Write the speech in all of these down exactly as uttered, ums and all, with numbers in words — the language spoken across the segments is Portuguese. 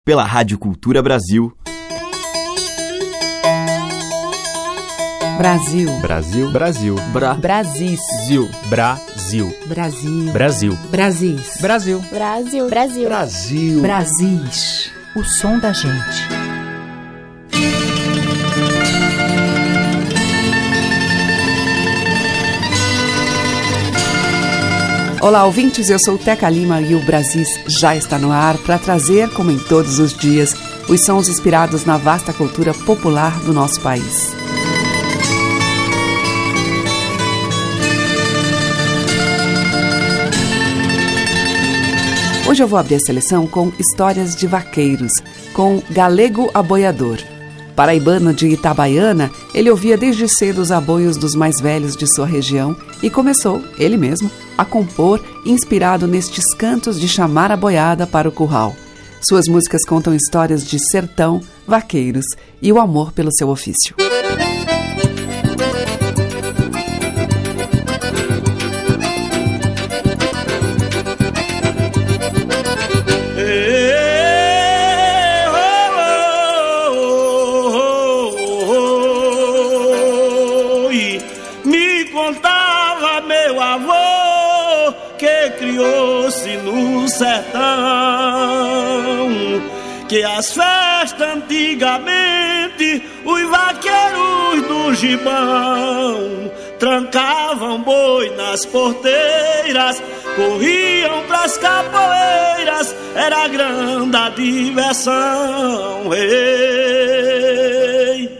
pela Rádio Cultura Brasil. Brasil. Brasil. Brasil. Bra. Brasis. Zil. Brasil. Brasil. Brasil. Brasis. Brasil. Brasil. Brasil. Brasil. Brasis. O som da gente. Olá, ouvintes, eu sou Teca Lima e o Brasis já está no ar para trazer, como em todos os dias, os sons inspirados na vasta cultura popular do nosso país. Hoje eu vou abrir a seleção com Histórias de Vaqueiros, com Galego Aboiador. Paraibano de Itabaiana, ele ouvia desde cedo os aboios dos mais velhos de sua região e começou, ele mesmo, a compor, inspirado nestes cantos de chamar a boiada para o curral. Suas músicas contam histórias de sertão, vaqueiros e o amor pelo seu ofício. Sertão, que as festas antigamente os vaqueiros do Gibão trancavam boi nas porteiras, corriam pras capoeiras, era grande a diversão. Ei.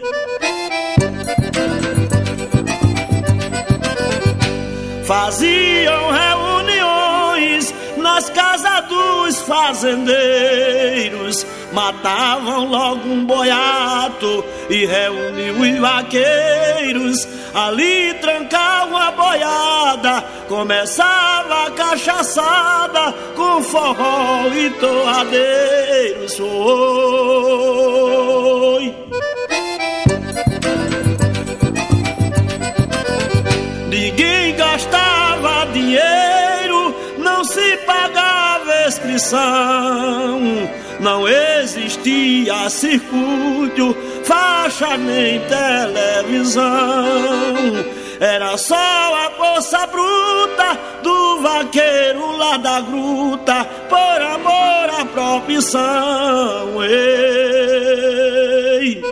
Faziam reuniões nas casas dos fazendeiros, matavam logo um boiato e reuniam os vaqueiros. Ali trancavam a boiada, começava a cachaçada com forró e toadeiros. Oi. Ninguém gastava dinheiro, não se pagava inscrição, não existia circuito, faixa nem televisão. Era só a força bruta do vaqueiro lá da gruta, por amor à profissão. Ei.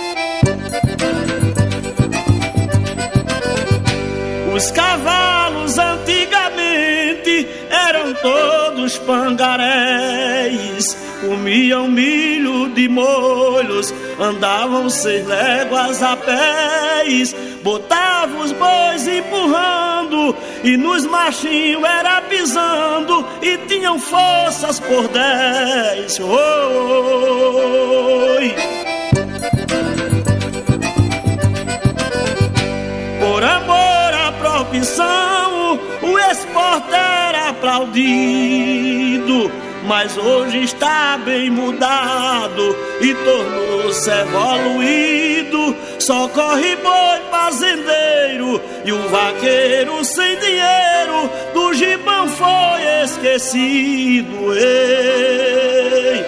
Os cavalos antigamente eram todos pangarés, comiam milho de molhos, andavam seis léguas a pés, botavam os bois empurrando e nos machinhos era pisando e tinham forças por dez. Oi. Por amor à profissão, o esporte era aplaudido, mas hoje está bem mudado e tornou-se evoluído. Só corre boi fazendeiro e o vaqueiro sem dinheiro do Gibão foi esquecido. Ei.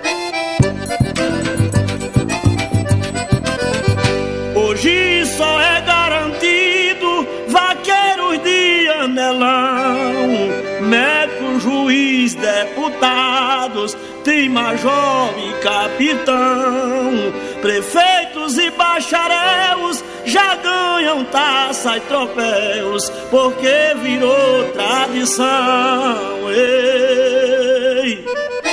Hoje só é garantido vaqueiros de anelão, médico, juiz, deputados, tem major e capitão, prefeitos e bacharéus já ganham taça e troféus, porque virou tradição. Ei.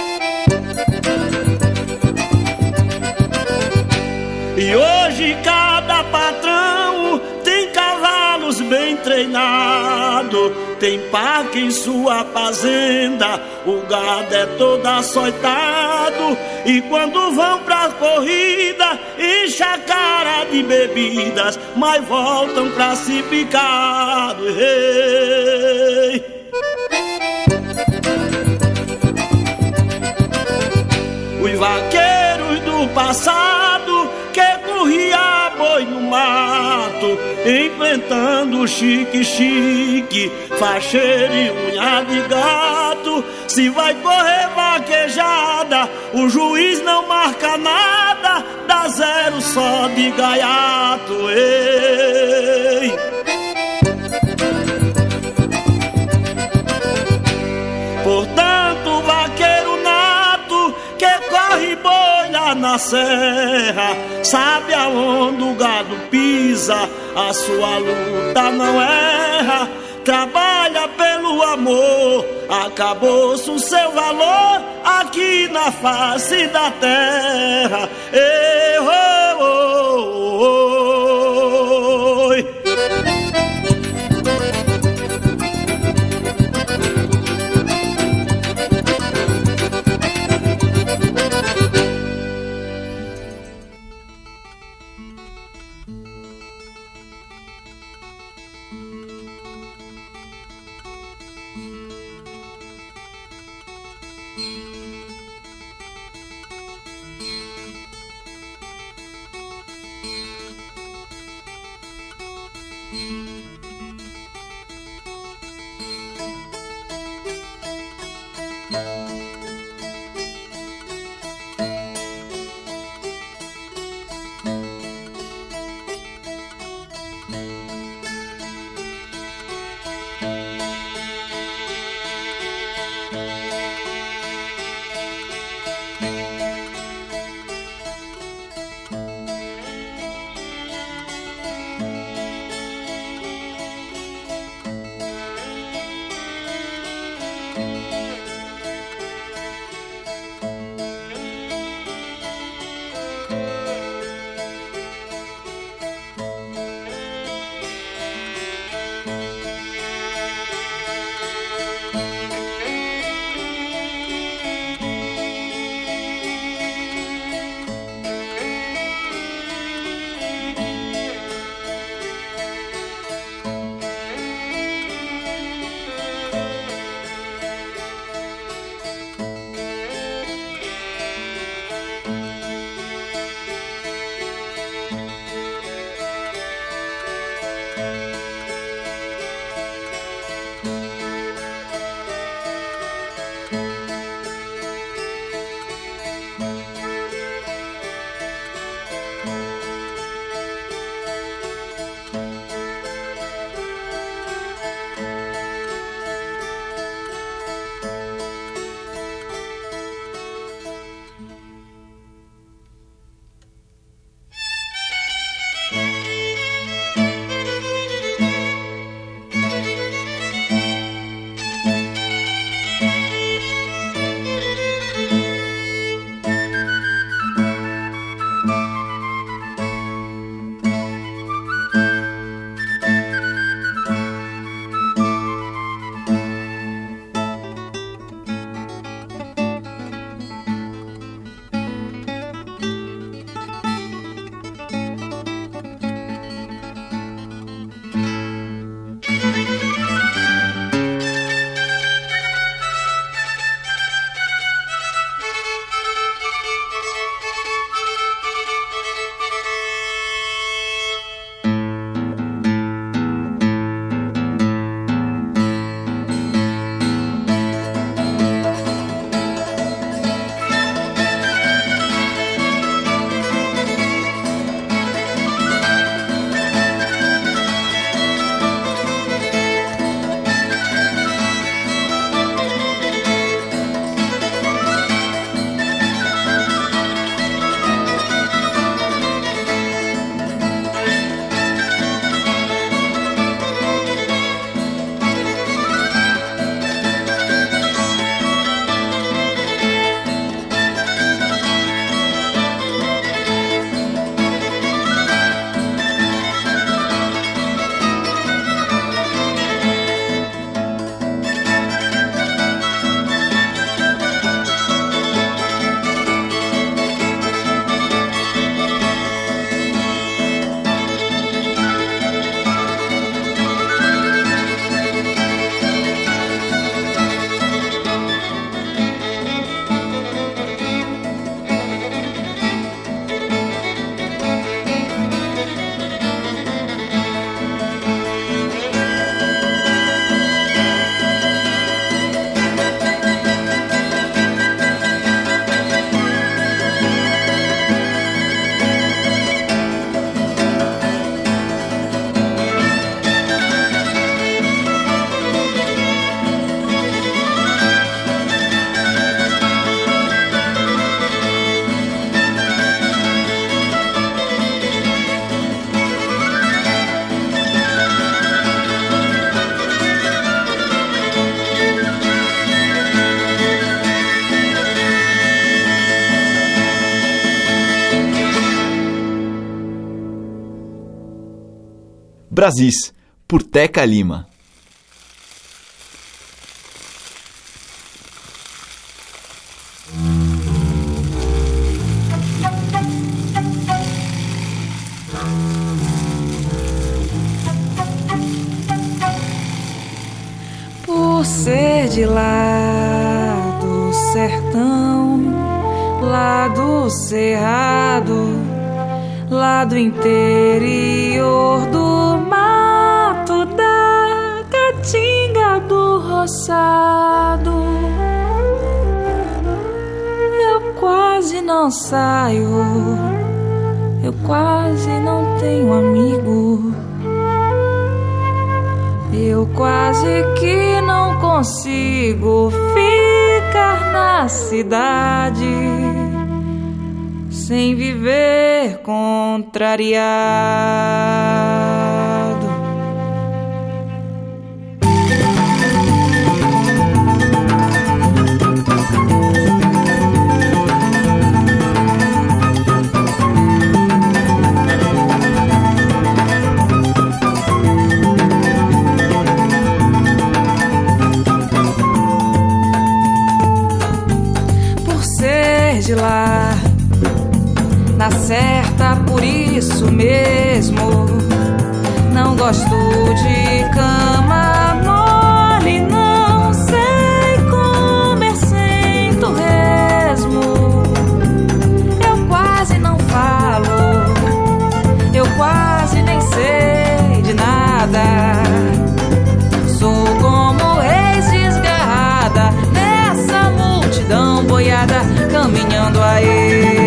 E hoje cada patrão tem cavalos bem treinados, tem parque em sua fazenda, o gado é todo açoitado, e quando vão pra corrida enche a cara de bebidas, mas voltam pra se picado. Ei. Os vaqueiros do passado que corria boi no mato, enfrentando chique-chique, facheiro e unha de gato, mato. Se vai correr vaquejada, o juiz não marca nada, dá zero só de gaiato. Ei! Portanto, vaqueiro nato que corre boi lá na serra, sabe aonde o gado pisa, a sua luta não erra. Trabalha pelo amor, acabou-se o seu valor aqui na face da terra. Ei, oh, oh, oh, oh. Brasis, por Teca Lima. Por ser de lá do sertão, lá do cerrado, lá do interior do mato, da caatinga do roçado, eu quase não saio, eu quase não tenho amigo, eu quase que não consigo ficar na cidade sem viver contrariado. Por ser de lá, na certa, por isso mesmo não gosto de cama mole, não sei comer sem torresmo, eu quase não falo, eu quase nem sei de nada, sou como reis desgarrada nessa multidão boiada caminhando a ele.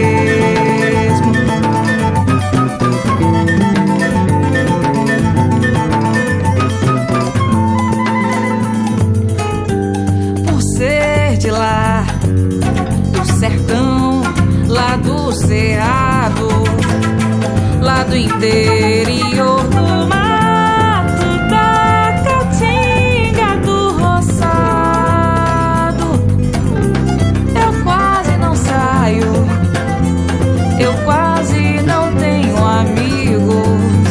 Lá do cerrado, lá do interior do mato, da caatinga do roçado, eu quase não saio, eu quase não tenho amigo,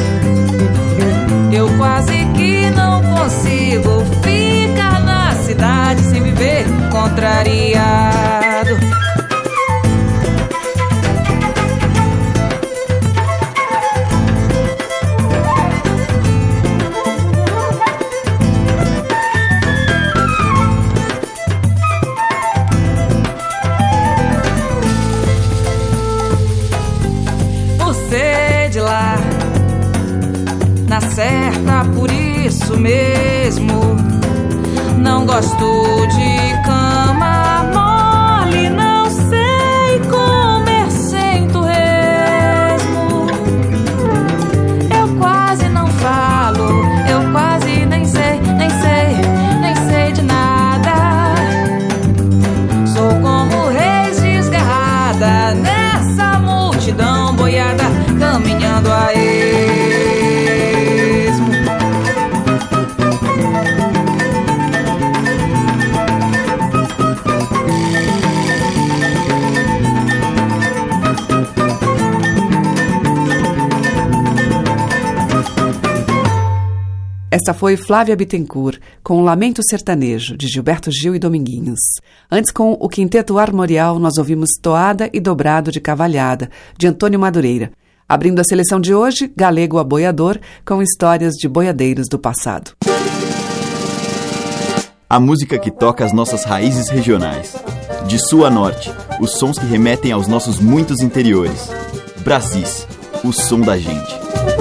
eu quase que não consigo ficar na cidade sem viver contrariado. Certa, por isso mesmo não gosto de cama mole, não sei comer sem torresmo, eu quase não falo, eu quase nem sei, nem sei, nem sei de nada, sou como reis desgarrada nessa multidão boiada caminhando a ele. Essa foi Flávia Bittencourt, com o Lamento Sertanejo, de Gilberto Gil e Dominguinhos. Antes, com o Quinteto Armorial, nós ouvimos Toada e Dobrado de Cavalhada, de Antônio Madureira. Abrindo a seleção de hoje, Galego a Boiador, com histórias de boiadeiros do passado. A música que toca as nossas raízes regionais. De sul a norte, os sons que remetem aos nossos muitos interiores. Brasis, o som da gente.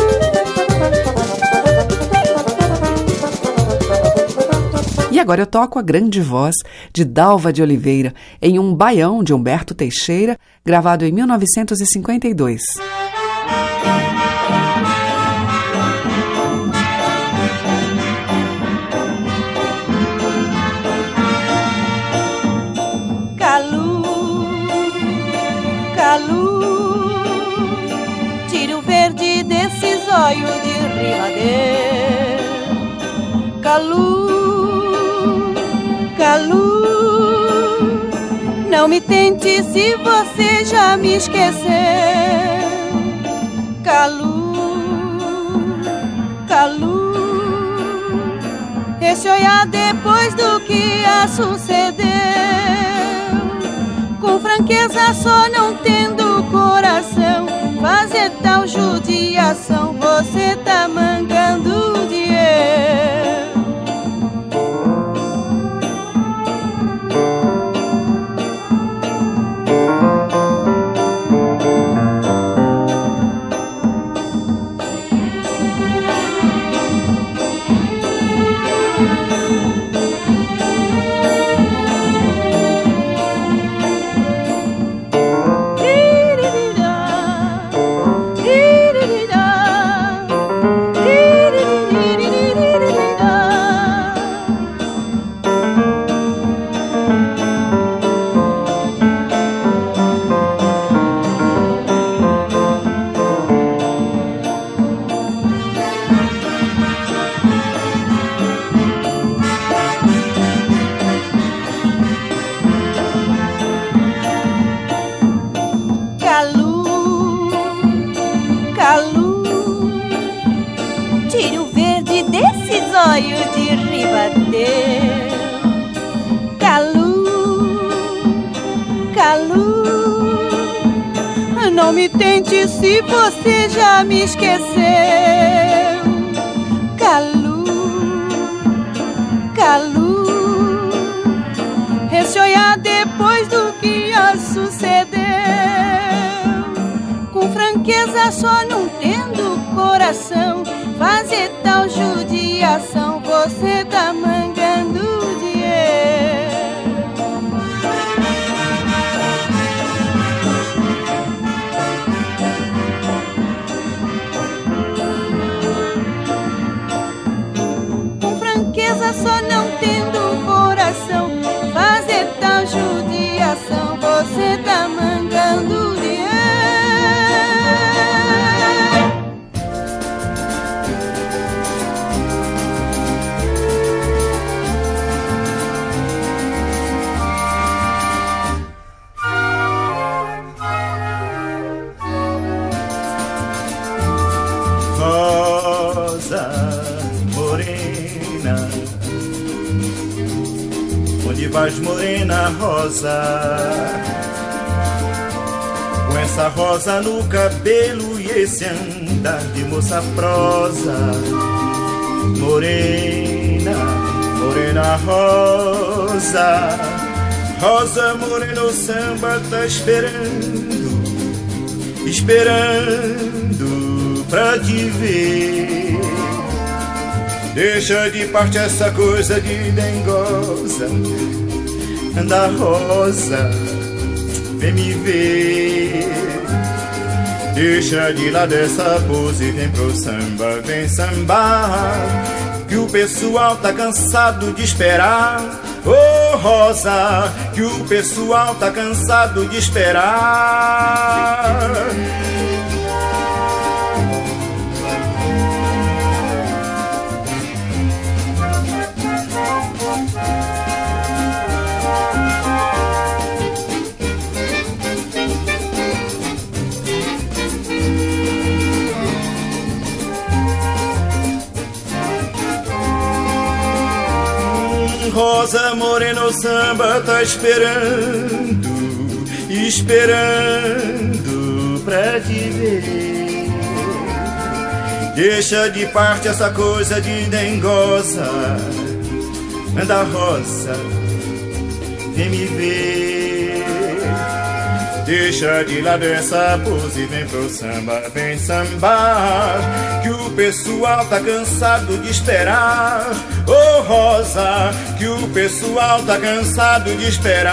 E agora eu toco a grande voz de Dalva de Oliveira em um baião de Humberto Teixeira, gravado em mil novecentos e cinquenta e dois. Calu, Calu, tire o verde desses olhos de rimadeiro. Calu, Calu, não me tente se você já me esqueceu. Calu, Calu, esse olhar depois do que a sucedeu, com franqueza só não tendo coração, fazer tal judiação, você tá mangando de eu. Não me tente se você já me esqueceu. Calu, Calu, esse olhar depois do que a sucedeu, com franqueza só não tendo coração, fazer tal judiação, você tá mangando de eu. Só não tendo coração, fazer tal judiação, você tá mangando de eu. Rosa morena, onde vais, morena rosa, com essa rosa no cabelo e esse andar de moça prosa. Morena, morena rosa, rosa morena, o samba tá esperando, esperando pra te ver. Deixa de parte essa coisa de dengosa, anda rosa, vem me ver. Deixa de lado essa pose, vem pro samba, vem sambar, que o pessoal tá cansado de esperar. Oh rosa, que o pessoal tá cansado de esperar. Rosa morena, o samba tá esperando, esperando pra te ver. Deixa de parte essa coisa de dengosa, anda rosa, vem me ver. Deixa de lado essa pose, vem pro samba, vem sambar, que o pessoal tá cansado de esperar. Oh rosa, que o pessoal tá cansado de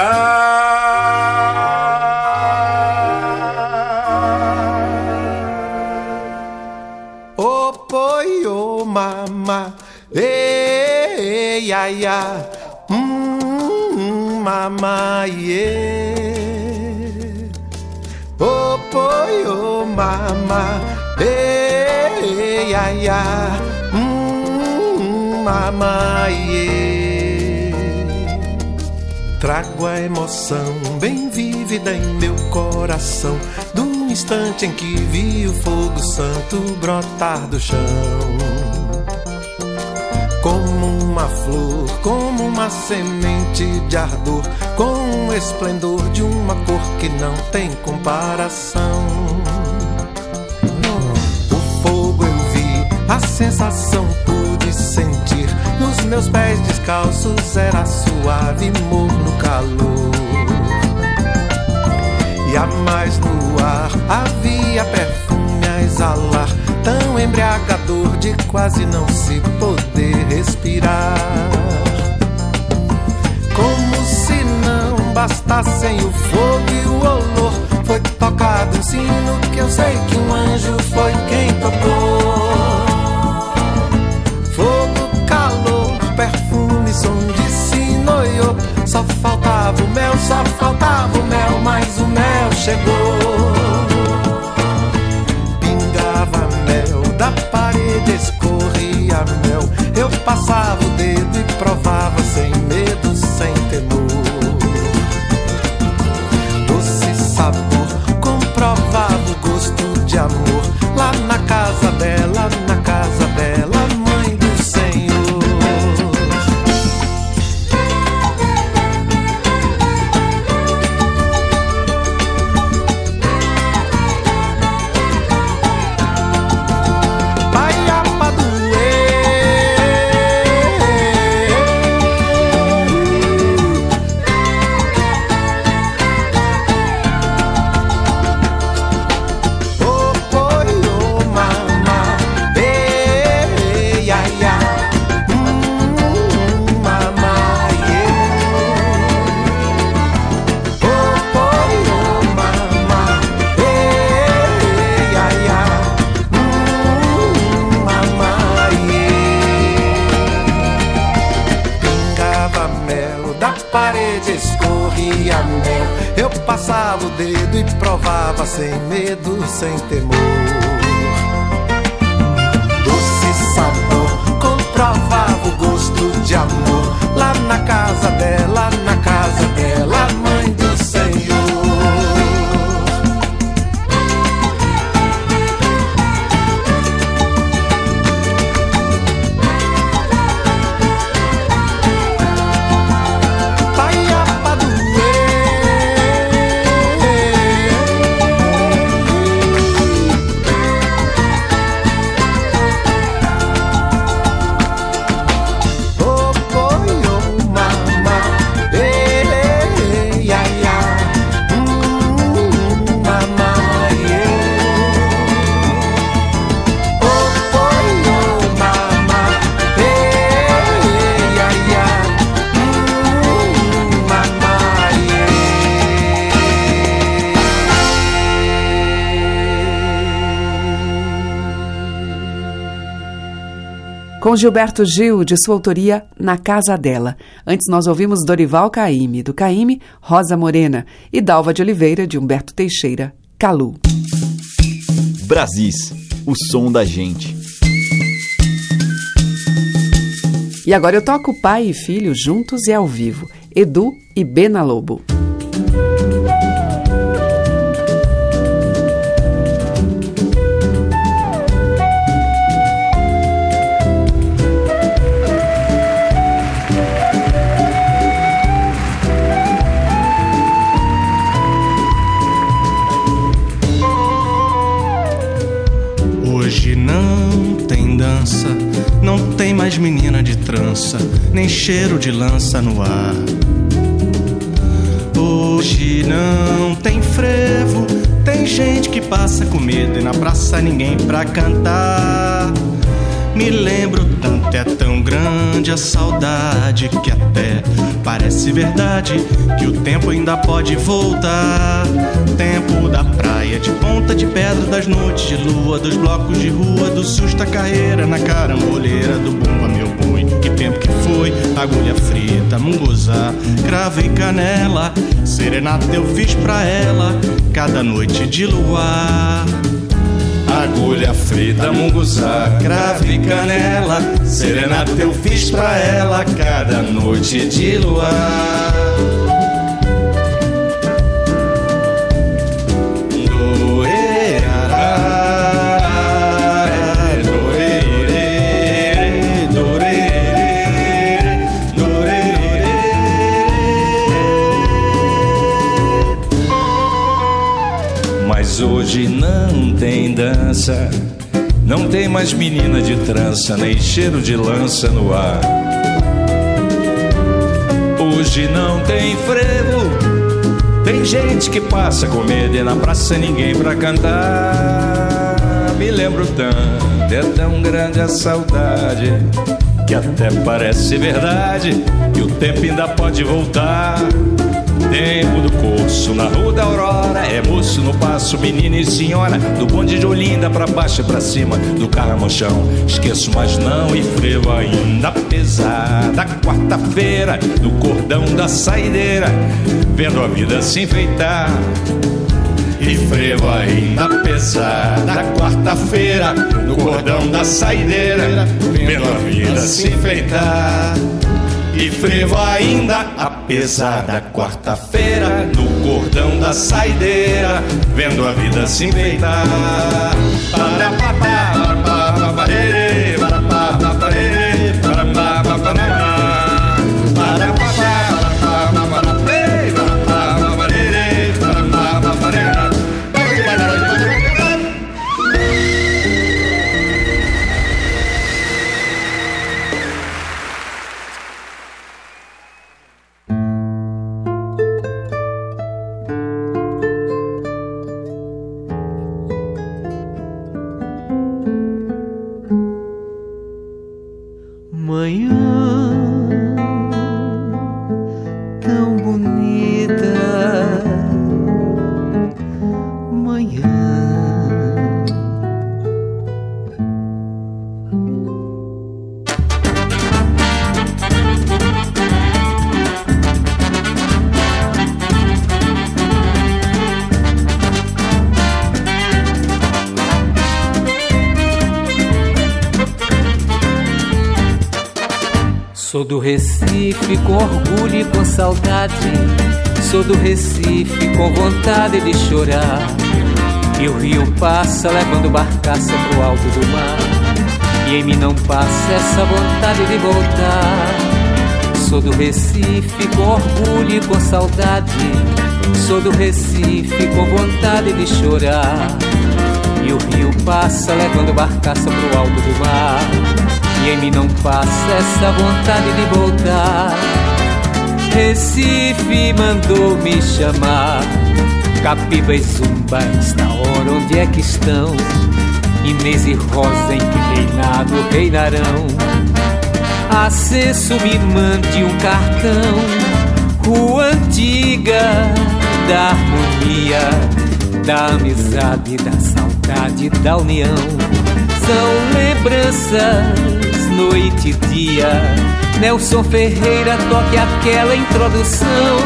esperar. Oh poi, oh mama, ei, ai, ai, hum, mama, yeah. Oh poi, oh mama, ei, ai, ai, hum, mama, yeah. Trago a emoção bem vívida em meu coração, do instante em que vi o fogo santo brotar do chão. uma flor, como uma semente de ardor, com o esplendor de uma cor que não tem comparação. O fogo eu vi, a sensação pude sentir, nos meus pés descalços era suave morno calor. E a mais no ar havia perfume a exalar, tão embriagador de quase não se poder respirar. Como se não bastassem o fogo e o olor, foi tocado um sino que eu sei que um anjo foi quem tocou. Fogo, calor, perfume, som de sinoiô, só faltava o mel, só faltava o mel, mas o mel chegou. Pingava mel da parede, escorria mel, eu passava o dedo e provava sem medo, sem temor. Doce sabor, comprovava o gosto de amor, lá na casa dela, na casa dela, mãe do Senhor. Passava o dedo e provava sem medo, sem temor. Doce sabor, comprovava o gosto de amor, lá na casa dela, na casa dela, mãe do Senhor. Com Gilberto Gil, de sua autoria, Na Casa Dela. Antes nós ouvimos Dorival Caymmi, do Caymmi, Rosa Morena, e Dalva de Oliveira, de Humberto Teixeira, Calu. Brasis, o som da gente. E agora eu toco pai e filho juntos e ao vivo, Edu e Bena Lobo. Hoje não tem dança, não tem mais menina de trança, nem cheiro de lança no ar. Hoje não tem frevo, tem gente que passa com medo e na praça ninguém pra cantar. Me lembro tanto, é tão grande a saudade que até parece verdade que o tempo ainda pode voltar. Tempo da praia, de ponta de pedra, das noites de lua, dos blocos de rua, do susto à carreira na caramboleira, do bumba meu boi. Que tempo que foi, agulha frita, munguzá, cravo e canela, serenata eu fiz pra ela, cada noite de luar. Agulha frita, munguzá, cravo e canela, serenata eu fiz pra ela, cada noite de luar. Mas hoje não tem dança, não tem mais menina de trança, nem cheiro de lança no ar. Hoje não tem frevo, tem gente que passa com medo e na praça ninguém pra cantar. Me lembro tanto, é tão grande a saudade, que até parece verdade, e o tempo ainda pode voltar. Tempo do curso, na rua da Aurora, é moço no passo, menina e senhora, do bonde de Olinda pra baixo e pra cima, do Carramochão, esqueço mas não, e frevo ainda pesada, quarta-feira, no cordão da saideira, vendo a vida se enfeitar. E frevo ainda pesada, quarta-feira, no cordão da saideira, vendo a vida se enfeitar. E frevo ainda a pesada, quarta-feira, no cordão da saideira, vendo a vida se enfeitar. Para pa pa para pa re, para pa pa para re, para pa pa para para pa pa para re, para pa pa re, para pa pa para. Sou do Recife com orgulho e com saudade, sou do Recife com vontade de chorar. E o rio passa levando barcaça pro alto do mar, e em mim não passa essa vontade de voltar. Sou do Recife com orgulho e com saudade, sou do Recife com vontade de chorar. E o rio passa levando barcaça pro alto do mar, e em mim não passa essa vontade de voltar. Recife mandou me chamar, Capiba e Zumba, esta hora onde é que estão? Inês e Rosa em que reinado reinarão. Acesso me mande um cartão, rua antiga da harmonia, da amizade, da saudade, da união. São lembranças, noite e dia. Nelson Ferreira, toque aquela introdução.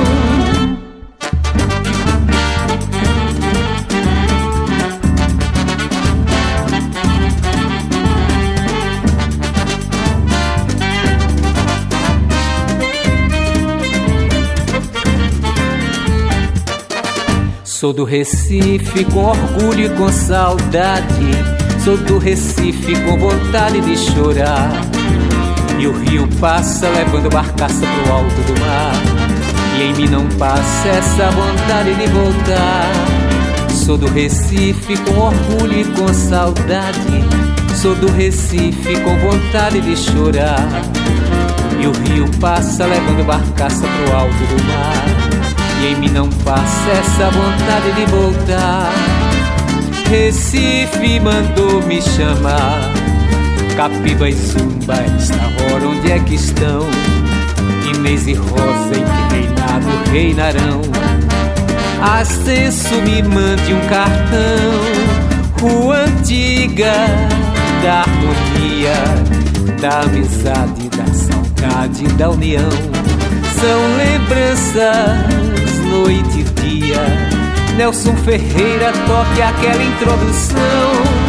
Sou do Recife com orgulho e com saudade, sou do Recife com vontade de chorar. E o rio passa levando barcaça pro alto do mar, e em mim não passa essa vontade de voltar. Sou do Recife com orgulho e com saudade, sou do Recife com vontade de chorar. E o rio passa levando barcaça pro alto do mar, e em mim não passa essa vontade de voltar. Recife mandou me chamar, Capiba e Zumba, esta hora onde é que estão? Inês e Rosa em que reinado reinarão. Acesso me mande um cartão, rua antiga da harmonia, da amizade, da saudade, da união. São lembranças, noite e dia. Nelson Ferreira, toque aquela introdução.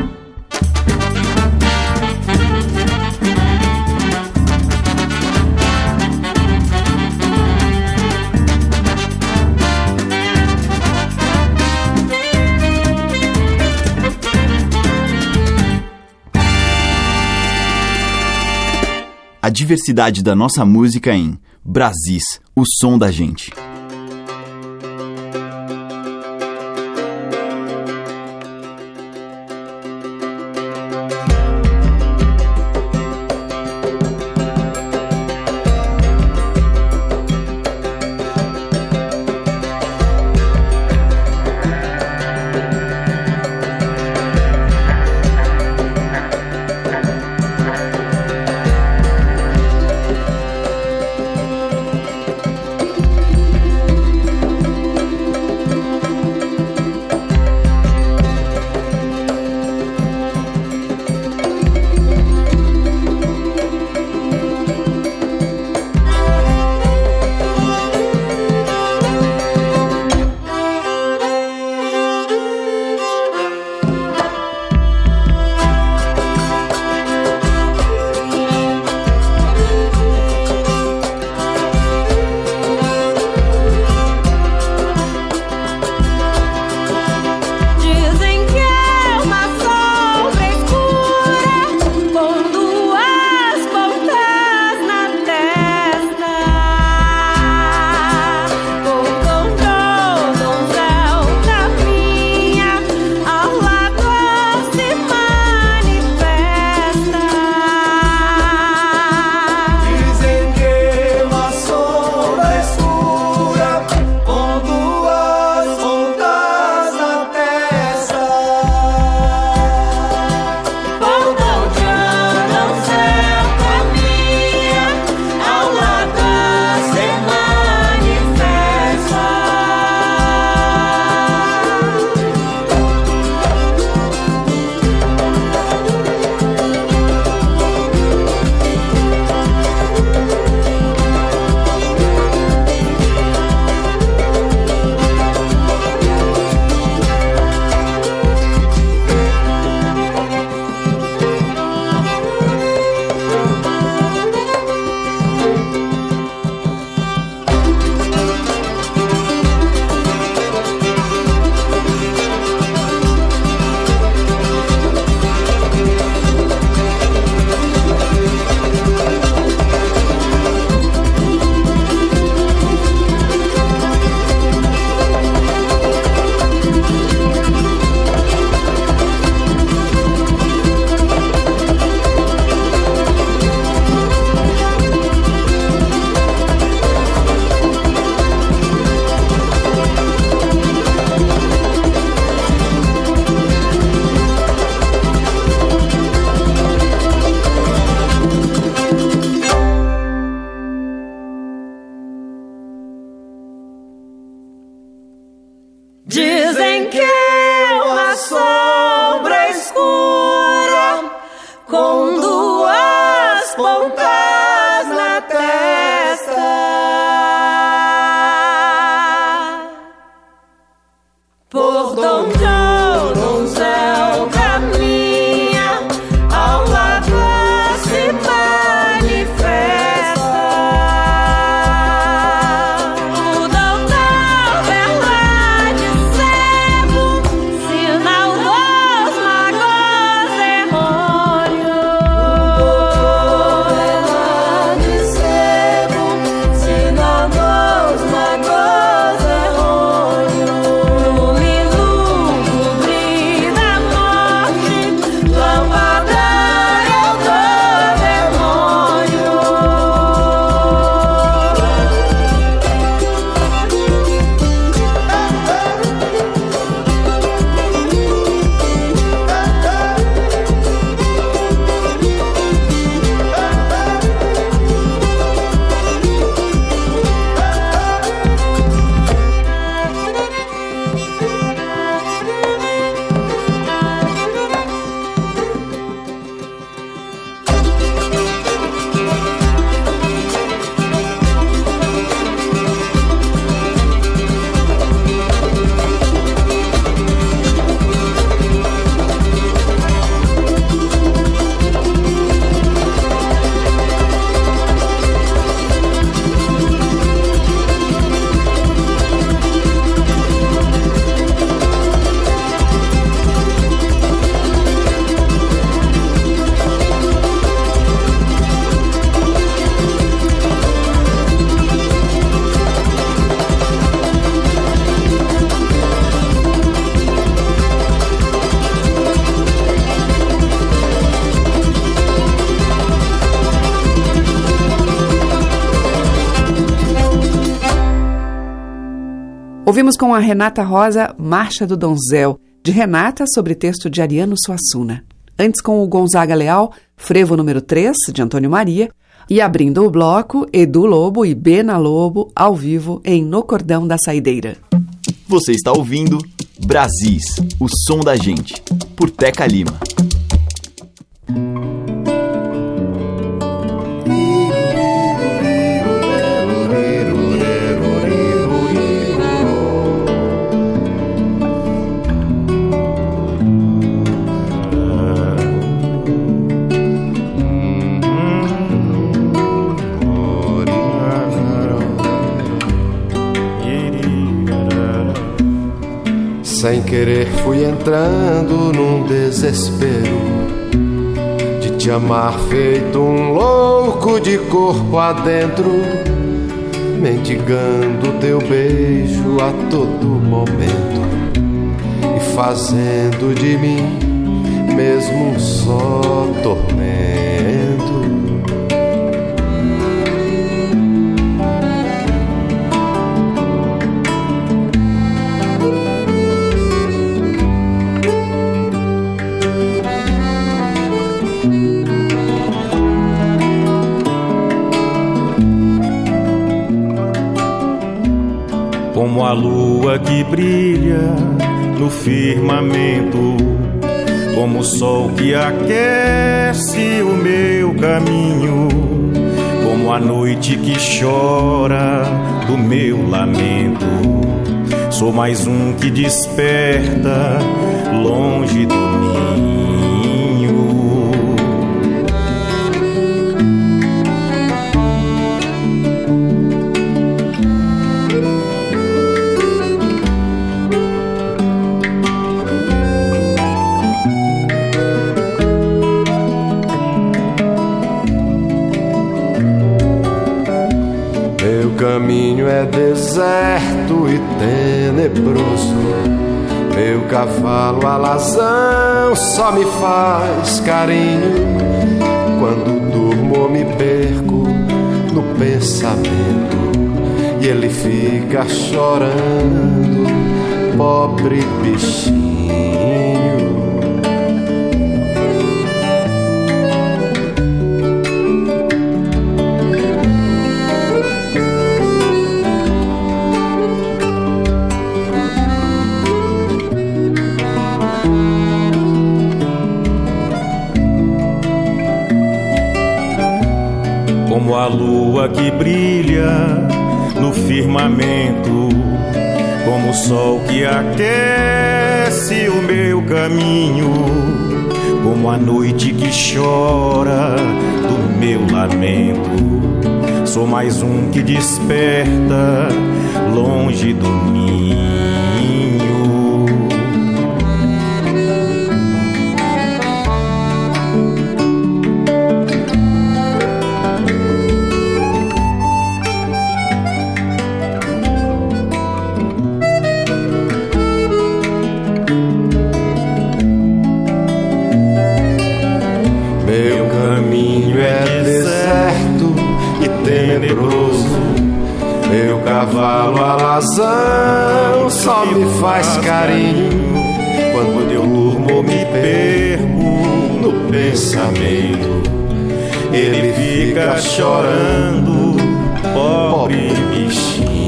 A diversidade da nossa música em Brasis, o som da gente. Ouvimos com a Renata Rosa Marcha do Donzel, de Renata, sobre texto de Ariano Suassuna. Antes, com o Gonzaga Leal, Frevo número três, de Antônio Maria. E abrindo o bloco, Edu Lobo e Bena Lobo, ao vivo, em No Cordão da Saideira. Você está ouvindo Brasis, o som da gente, por Teca Lima. Sem querer fui entrando num desespero de te amar feito um louco de corpo adentro, mendigando teu beijo a todo momento e fazendo de mim mesmo um só tormento. Como a lua que brilha no firmamento, como o sol que aquece o meu caminho, como a noite que chora do meu lamento. Sou mais um que desperta longe do ninho. Caminho é deserto e tenebroso, meu cavalo alazão só me faz carinho. Quando durmo ou me perco no pensamento e ele fica chorando, pobre bichinho. Como a lua que brilha no firmamento, como o sol que aquece o meu caminho, como a noite que chora do meu lamento. Sou mais um que desperta longe do ninho. Meu cavalo alazão só me faz carinho. Quando eu durmo ou me perco no pensamento, ele fica chorando, pobre bichinho.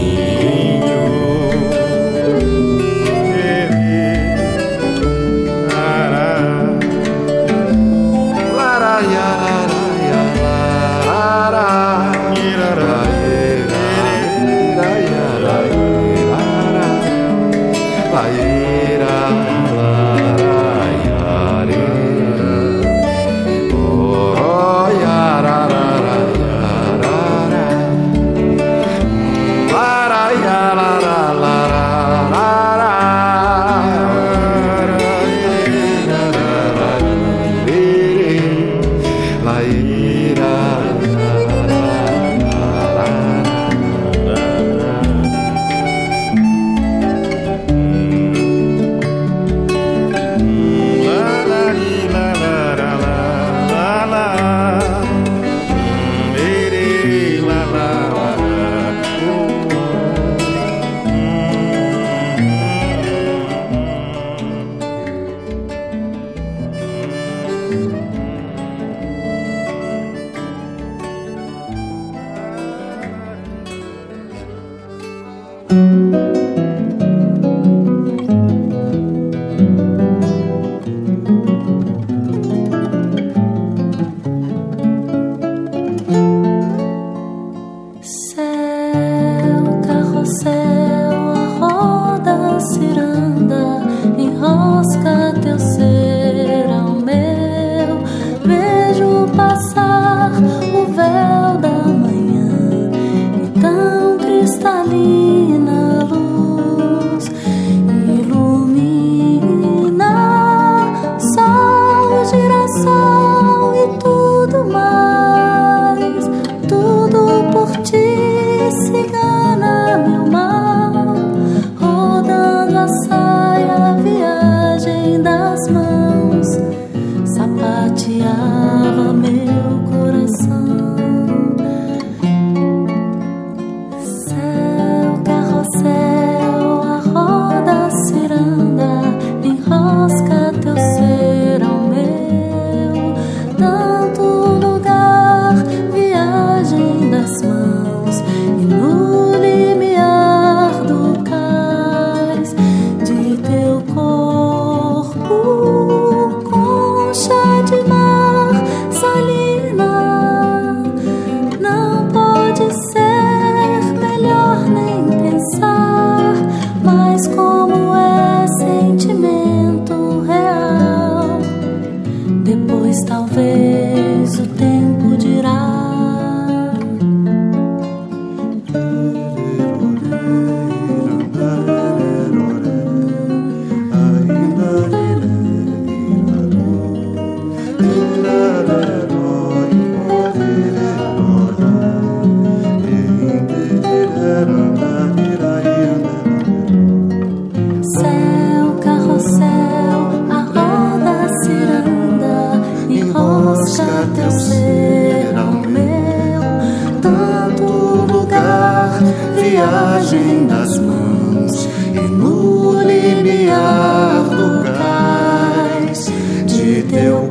viagem das mãos e no limiar do cais de teu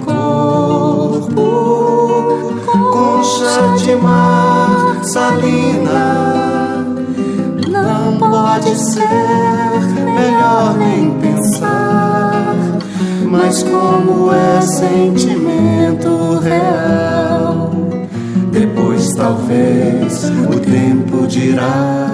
corpo, concha de mar salina. Não pode ser melhor nem pensar, mas como é sentimento real, depois talvez o tempo dirá.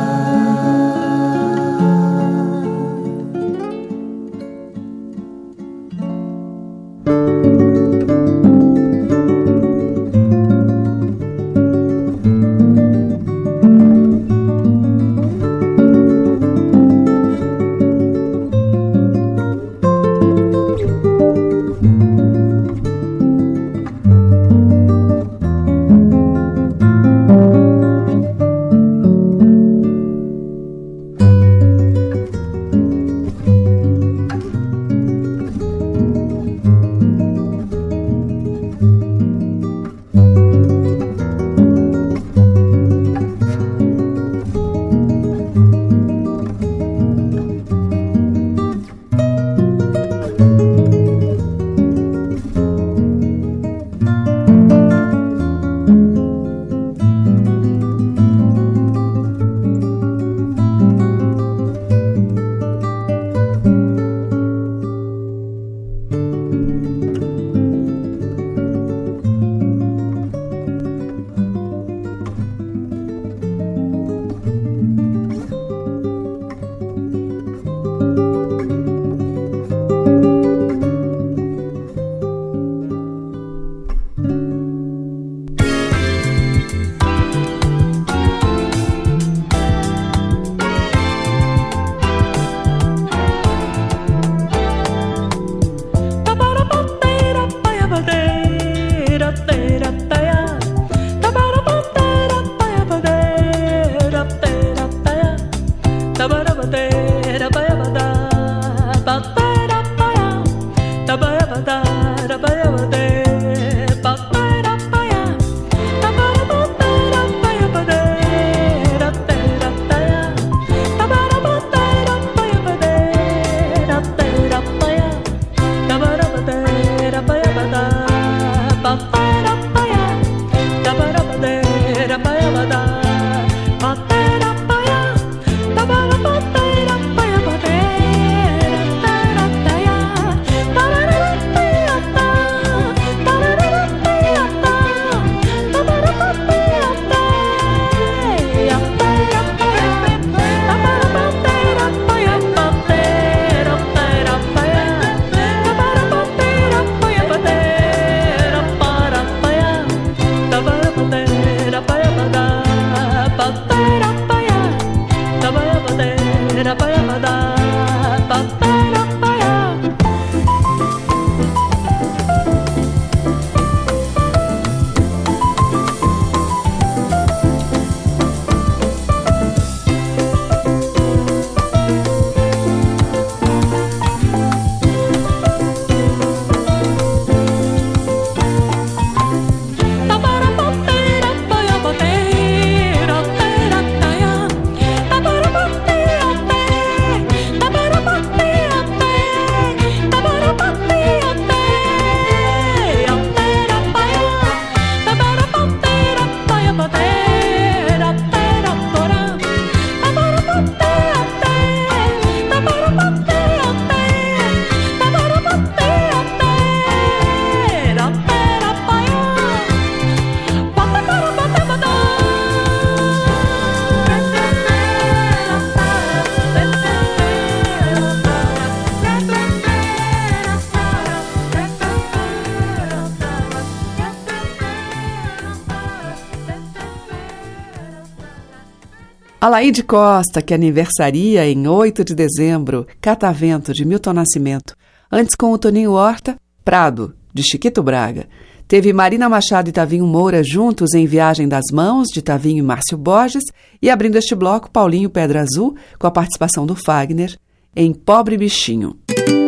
Alaide Costa, que aniversaria em oito de dezembro, Catavento, de Milton Nascimento. Antes, com o Toninho Horta, Prado, de Chiquito Braga. Teve Marina Machado e Tavinho Moura juntos em Viagem das Mãos, de Tavinho e Márcio Borges. E abrindo este bloco, Paulinho Pedra Azul, com a participação do Fagner, em Pobre Bichinho.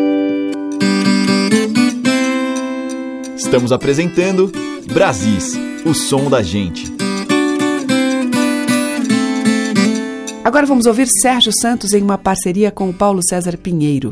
Estamos apresentando Brasis, o som da gente. Agora vamos ouvir Sérgio Santos em uma parceria com o Paulo César Pinheiro.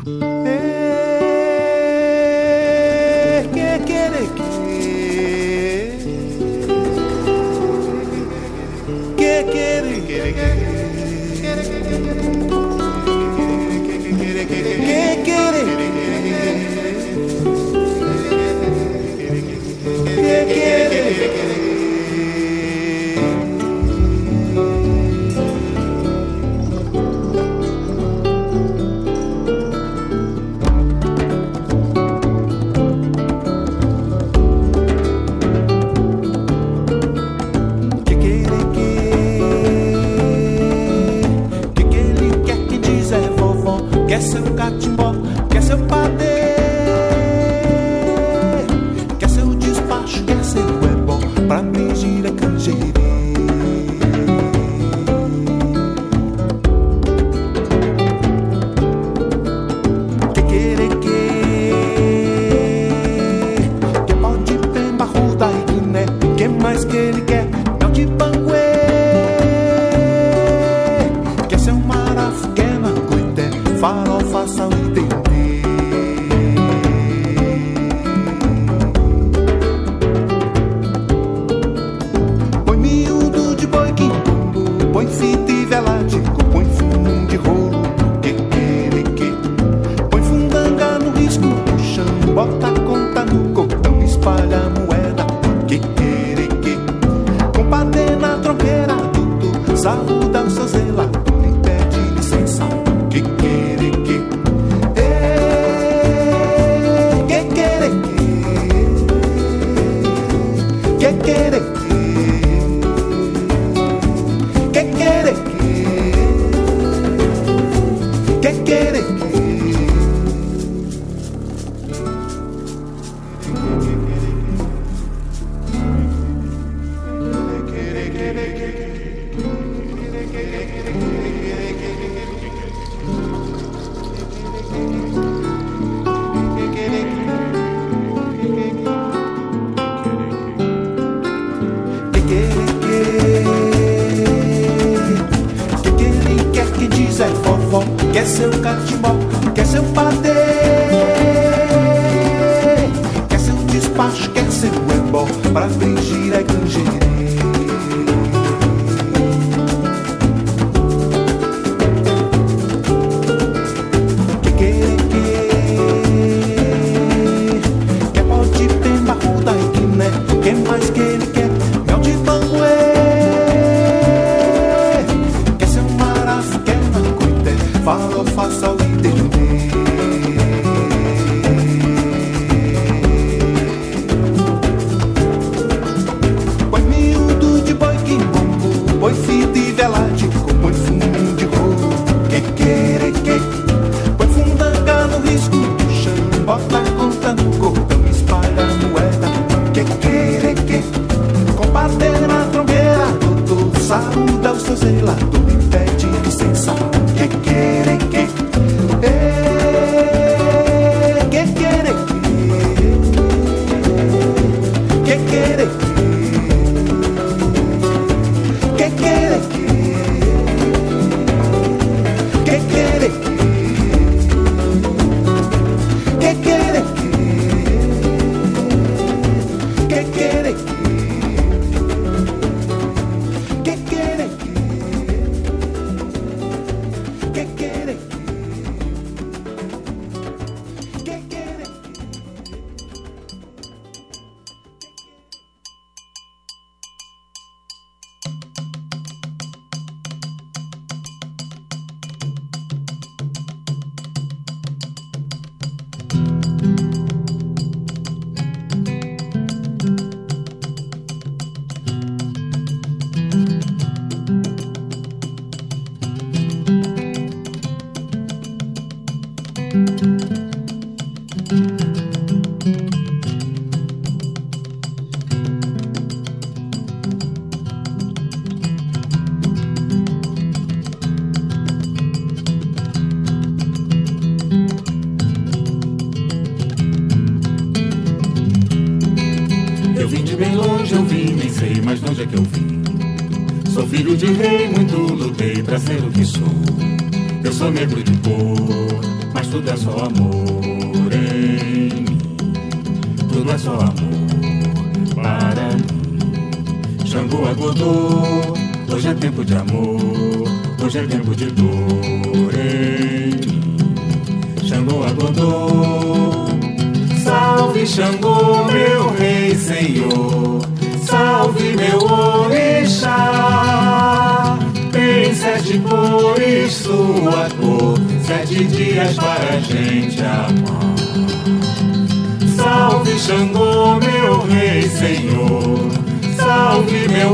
Quer ser um catimbó, quer ser um padê, quer ser o despacho, quer ser o ebó, pra dirigir a canjeirê. Que querer que, que pode pemba, ruda e guiné, que mais que ele quer, não de banguê, quer ser um marafo, quer na coité, farofa, sal e dendê. Põe miúdo de boi quimbombo, põe fita e vela de coco, põe fumo de rolo, que querer que. Põe fundanga no risco do chão, bota a conta no cocão, espalha a moeda, que querer que. Compadre na tronqueira, tudo, saúda o seu zelador e pede licença, que querer que. Que querer que. Que querer que. Que querer que. Que querer que. Quer ser um catimbó, quer ser um padê, quer ser um despacho, quer ser um ebó, pra fingir a canjeirê. Que querer que, quer pau de pemba, ruda e guiné, que mais que ele quer, mel de banguê, quer ser um marafo, quer na coité, farofa, sal e dendê. Põe miúdo de boi quimbombo, põe fita e vela de coco, põe fumo de rolo, que querer que. Põe fundanga no risco do chão, bota a conta no cordão, espalha a moeda, que querer que. Compadre na tronqueira, doutor, saúda o seu zelador e pede licença, que querer que. Que querer que. Que querer que. Que querer que. Que querer que. Que querer que. Que querer que. Que querer que. Que querer que. Eu vim de bem longe, eu vim, nem sei mais de onde é que eu vim. Sou filho de rei, muito lutei pra ser o que sou. Eu sou negro de cor, mas tudo é só amor em mim. Tudo é só amor para mim. Xangô agodô, hoje é tempo de amor, hoje é tempo de dor em mim. Xangô agodô, salve Xangô, meu rei senhor, salve meu orixá. Tem sete cores sua cor, sete dias para a gente amar. Salve Xangô, meu rei senhor, salve meu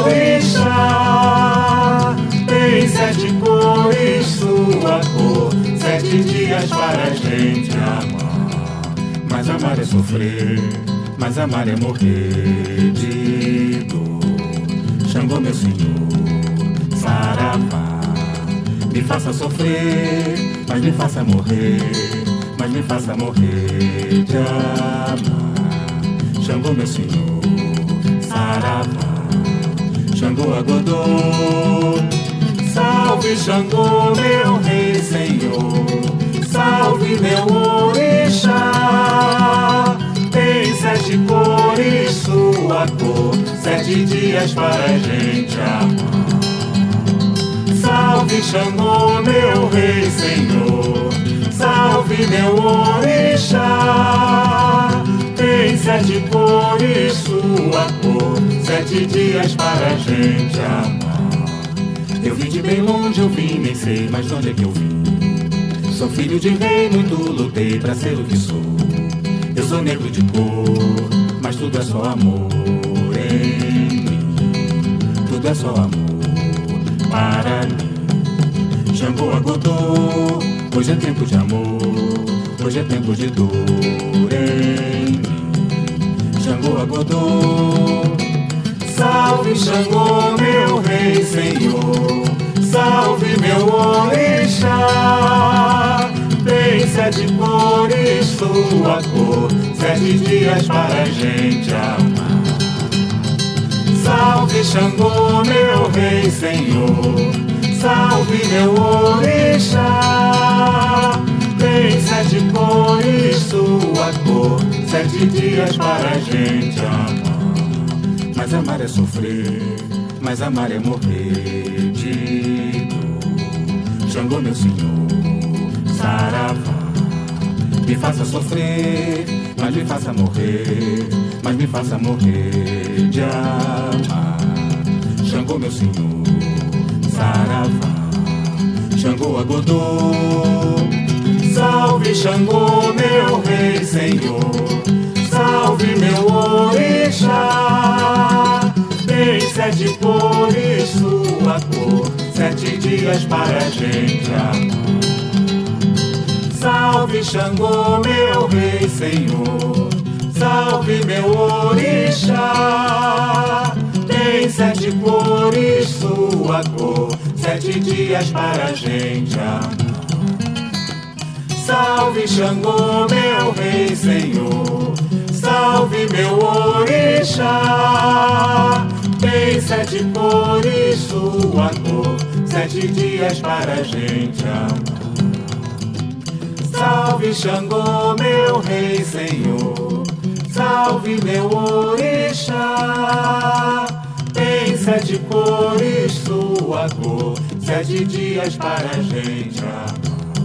orixá. Tem sete cores sua cor, sete dias para a gente amar. Mas amar é sofrer, mas amar é morrer de dor. Xangô, meu senhor, saravá, me faça sofrer, mas me faça morrer, mas me faça morrer de amar. Xangô, meu senhor, saravá, Xangô agodô, salve Xangô, meu rei senhor, salve meu orixá. Tem sete cores sua cor, sete dias para a gente amar. Salve Xangô, meu rei senhor, salve meu orixá. Tem sete cores sua cor, sete dias para a gente amar. Eu vim de bem longe, eu vim, nem sei mais de onde é que eu vim. Sou filho de rei, muito lutei pra ser o que sou. Eu sou negro de cor, mas tudo é só amor em mim. Tudo é só amor para mim. Xangô agodô, hoje é tempo de amor, hoje é tempo de dor em mim. Xangô agodô, salve Xangô, meu rei senhor, salve meu orixá. Tem sete cores sua cor, sete dias para a gente amar. Salve Xangô, meu rei senhor, salve meu orixá. Tem sete cores sua cor, sete dias para a gente amar. Mas amar é sofrer, mas amar é morrer de dor. Xangô, meu senhor, saravá, me faça sofrer, mas me faça morrer, mas me faça morrer de amar. Xangô, meu senhor, saravá, Xangô agodô, salve Xangô, meu rei senhor, salve meu orixá. Tem sete cores sua cor, sete dias para a gente amar. Salve Xangô, meu rei senhor, salve meu orixá. Tem sete cores sua cor, sete dias para a gente amar. Salve Xangô, meu rei senhor, salve meu orixá. Tem sete cores sua cor, sete dias para a gente amar. Salve Xangô, meu rei senhor, salve meu orixá. Tem sete cores sua cor, sete dias para a gente amar.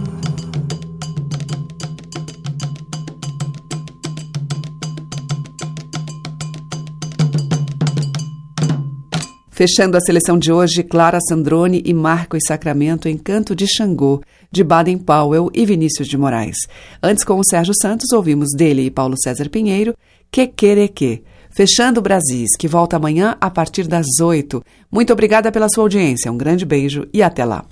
Fechando a seleção de hoje, Clara Sandrone e Marcos Sacramento em Canto de Xangô, de Baden Powell e Vinícius de Moraes. Antes, com o Sérgio Santos, ouvimos dele e Paulo César Pinheiro, Quequereque. Fechando o Brasis, que volta amanhã a partir das oito. Muito obrigada pela sua audiência, um grande beijo e até lá.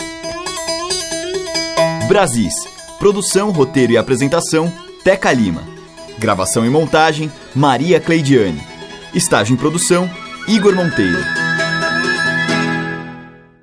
Brasis. Produção, roteiro e apresentação, Teca Lima. Gravação e montagem, Maria Cleidiane. Estágio em produção, Igor Monteiro.